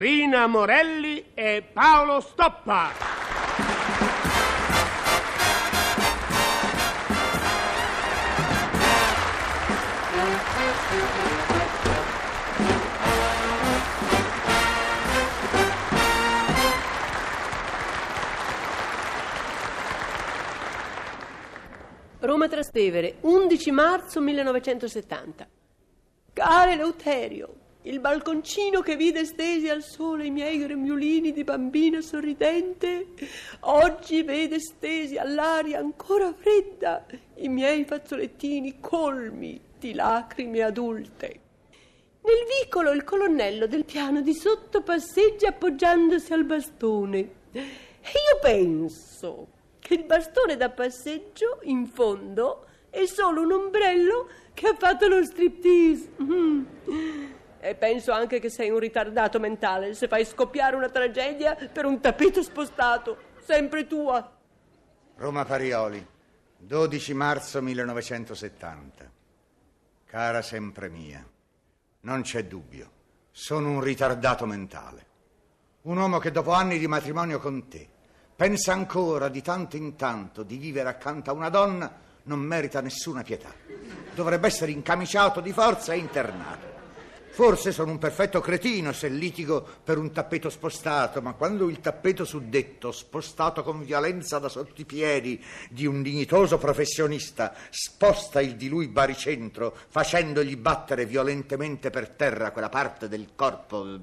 Rina Morelli e Paolo Stoppa. Roma Trastevere, 11 marzo 1970. Care Eleuterio, il balconcino che vide stesi al sole i miei grembiulini di bambina sorridente, oggi vede stesi all'aria ancora fredda i miei fazzolettini colmi di lacrime adulte. Nel vicolo il colonnello del piano di sotto passeggia appoggiandosi al bastone. E io penso che il bastone da passeggio, in fondo, è solo un ombrello che ha fatto lo striptease. E penso anche che sei un ritardato mentale se fai scoppiare una tragedia per un tappeto spostato. Sempre tua. Roma Parioli, 12 marzo 1970. Cara sempre mia, non c'è dubbio, sono un ritardato mentale. Un uomo che dopo anni di matrimonio con te pensa ancora di tanto in tanto di vivere accanto a una donna non merita nessuna pietà. Dovrebbe essere incamiciato di forza e internato. Forse sono un perfetto cretino se litigo per un tappeto spostato, ma quando il tappeto suddetto, spostato con violenza da sotto i piedi di un dignitoso professionista, sposta il di lui baricentro, facendogli battere violentemente per terra quella parte del corpo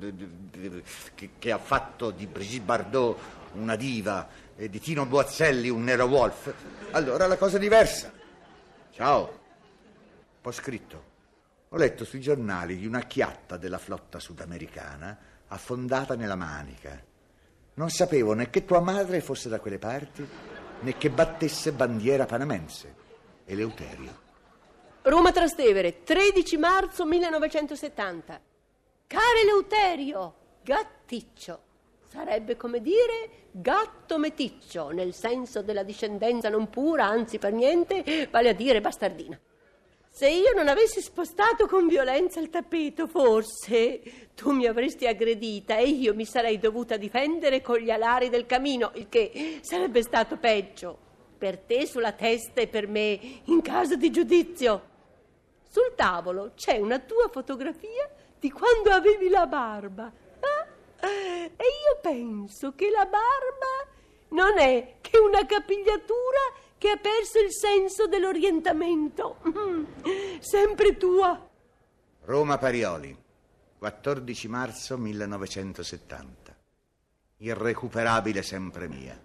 che ha fatto di Brigitte Bardot una diva e di Tino Boazzelli un nero wolf, allora la cosa è diversa. Ciao. Ho scritto. Ho letto sui giornali di una chiatta della flotta sudamericana affondata nella Manica. Non sapevo né che tua madre fosse da quelle parti, né che battesse bandiera panamense. Eleuterio. Roma Trastevere, 13 marzo 1970. Caro Eleuterio, gatticcio. Sarebbe come dire gatto meticcio, nel senso della discendenza non pura, anzi per niente, vale a dire bastardina. Se io non avessi spostato con violenza il tappeto, forse tu mi avresti aggredita e io mi sarei dovuta difendere con gli alari del camino, il che sarebbe stato peggio. Per te sulla testa e per me in caso di giudizio. Sul tavolo c'è una tua fotografia di quando avevi la barba. E io penso che la barba non è che una capigliatura che ha perso il senso dell'orientamento. Sempre tua. Roma Parioli, 14 marzo 1970. Irrecuperabile sempre mia.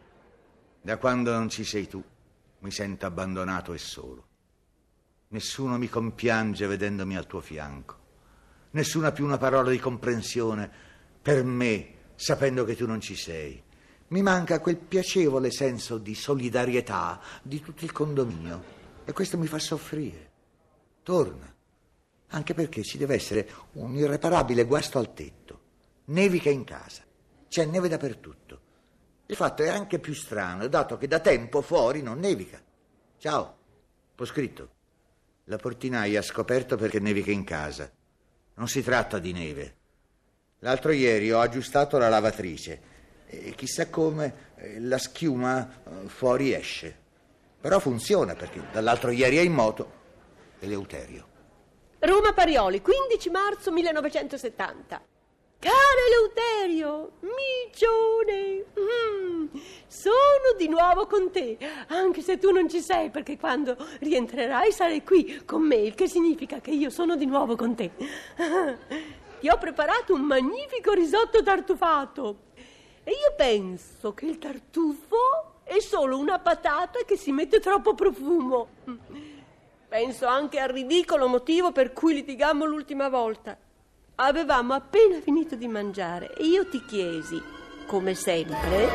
Da quando non ci sei tu, mi sento abbandonato e solo. Nessuno mi compiange vedendomi al tuo fianco. Nessuna più una parola di comprensione per me, sapendo che tu non ci sei. Mi manca quel piacevole senso di solidarietà di tutto il condominio e questo mi fa soffrire. Torna, anche perché ci deve essere un irreparabile guasto al tetto. Nevica in casa, c'è neve dappertutto. Il fatto è anche più strano, dato che da tempo fuori non nevica. Ciao, ho scritto. La portinaia ha scoperto perché nevica in casa. Non si tratta di neve. L'altro ieri ho aggiustato la lavatrice e chissà come la schiuma fuori esce. Però funziona perché dall'altro ieri è in moto. Eleuterio. Roma Parioli, 15 marzo 1970. Caro Eleuterio, micione, sono di nuovo con te, anche se tu non ci sei, perché quando rientrerai sarai qui con me, il che significa che io sono di nuovo con te. Ti ho preparato un magnifico risotto tartufato e io penso che il tartufo è solo una patata che si mette troppo profumo. Penso anche al ridicolo motivo per cui litigammo l'ultima volta. Avevamo appena finito di mangiare e io ti chiesi, come sempre,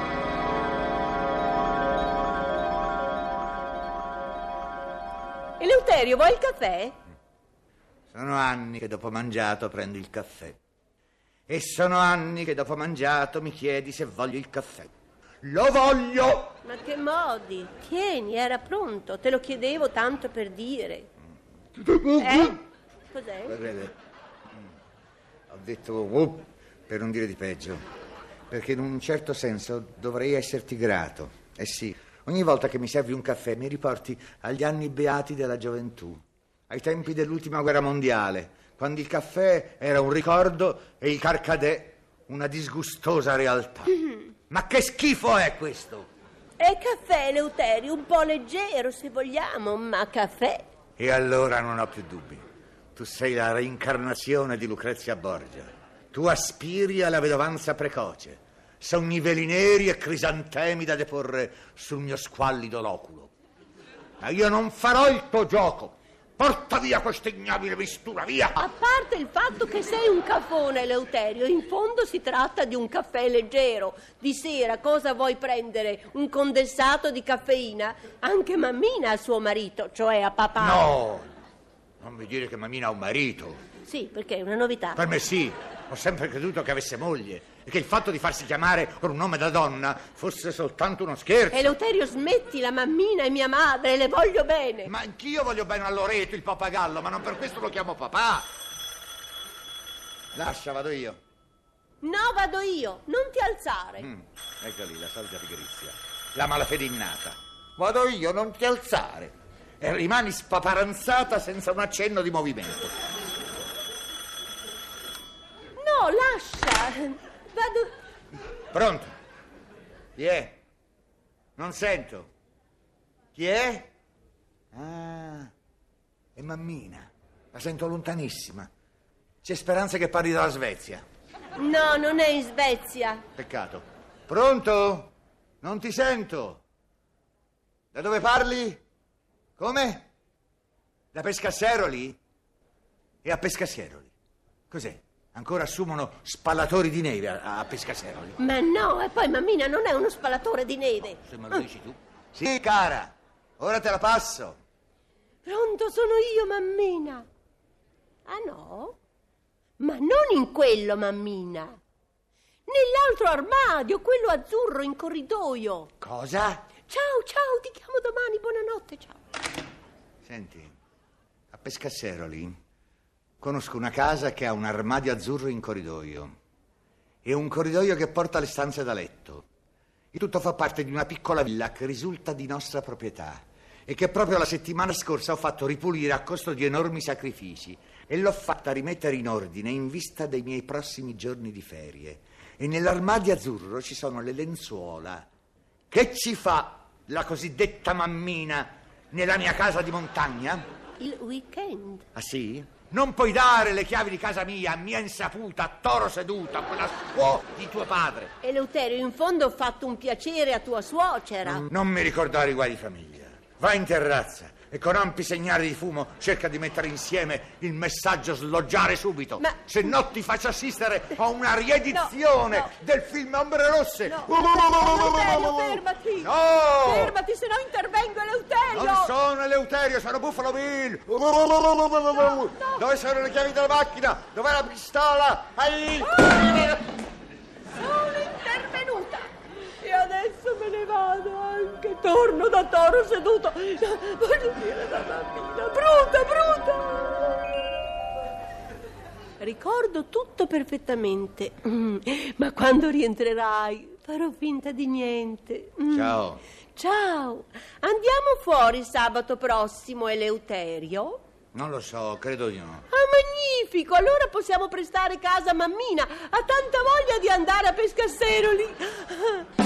Eleuterio, vuoi il caffè? Sono anni che dopo mangiato prendo il caffè. E sono anni che dopo mangiato mi chiedi se voglio il caffè. Lo voglio! Ma che modi? Tieni, era pronto. Te lo chiedevo tanto per dire. Cos'è? Ho detto per non dire di peggio, perché in un certo senso dovrei esserti grato. Eh sì, ogni volta che mi servi un caffè mi riporti agli anni beati della gioventù, ai tempi dell'ultima guerra mondiale, quando il caffè era un ricordo e il carcadè una disgustosa realtà. Ma che schifo è questo? È caffè, Eleuterio, un po' leggero se vogliamo, ma caffè. E allora non ho più dubbi. Tu sei la reincarnazione di Lucrezia Borgia. Tu aspiri alla vedovanza precoce. Sogni veli neri e crisantemi da deporre sul mio squallido loculo. Ma io non farò il tuo gioco. Porta via questa ignobile mistura, via! A parte il fatto che sei un cafone, Eleuterio, in fondo si tratta di un caffè leggero. Di sera cosa vuoi prendere? Un condensato di caffeina? Anche mammina ha suo marito, cioè a papà. No! Non mi dire che mammina ha un marito. Sì, perché è una novità. Per me sì. Ho sempre creduto che avesse moglie e che il fatto di farsi chiamare con un nome da donna fosse soltanto uno scherzo. Eleuterio, smetti, la mammina è mia madre, le voglio bene. Ma anch'io voglio bene a Loreto, il pappagallo, ma non per questo lo chiamo papà. Lascia, vado io. No, vado io, non ti alzare. Ecco lì, la solita pigrizia. La malafede innata. Vado io, non ti alzare. E rimani spaparanzata senza un accenno di movimento. No, lascia. Vado. Pronto? Chi è? Non sento. Chi è? Ah, è mammina. La sento lontanissima. C'è speranza che parli dalla Svezia. No, non è in Svezia. Peccato. Pronto? Non ti sento. Da dove parli? Come? Da Pescasseroli? E a Pescasseroli? Cos'è? Ancora assumono spallatori di neve a Pescasseroli? Ma no, e poi mammina non è uno spallatore di neve. Se me lo dici tu. Sì, cara, ora te la passo. Pronto, sono io, mammina. Ah no? Ma non in quello, mammina. Nell'altro armadio, quello azzurro in corridoio. Cosa? Ciao, ciao, ti chiamo domani, buonanotte, ciao. Senti, a Pescasseroli conosco una casa che ha un armadio azzurro in corridoio e un corridoio che porta alle stanze da letto. Il tutto fa parte di una piccola villa che risulta di nostra proprietà e che proprio la settimana scorsa ho fatto ripulire a costo di enormi sacrifici e l'ho fatta rimettere in ordine in vista dei miei prossimi giorni di ferie. E nell'armadio azzurro ci sono le lenzuola. Che ci fa la cosiddetta mammina nella mia casa di montagna? Il weekend. Ah sì? Non puoi dare le chiavi di casa mia a mia insaputa, a toro seduto, a quella scuola di tuo padre. Eleuterio, in fondo ho fatto un piacere a tua suocera. Non mi ricordare i guai di famiglia. Vai in terrazza e con ampi segnali di fumo cerca di mettere insieme il messaggio sloggiare subito. Ma... se no ti faccio assistere a una riedizione del film Ombre Rosse. No, Eleuterio, fermati. No! Fermati, se no intervengo, Eleuterio. Non sono Eleuterio, sono Buffalo Bill. no. Dove sono le chiavi della macchina? Dov'è la pistola? Sono intervenuta. E adesso me ne vado anche. Torno da toro seduto. Voglio dire da bambina. Bruta. Ricordo tutto perfettamente. Ma quando rientrerai farò finta di niente. Ciao. Ciao. Andiamo fuori sabato prossimo, Eleuterio? Non lo so, credo di no. Ah, magnifico! Allora possiamo prestare casa a mammina. Ha tanta voglia di andare a Pescasseroli.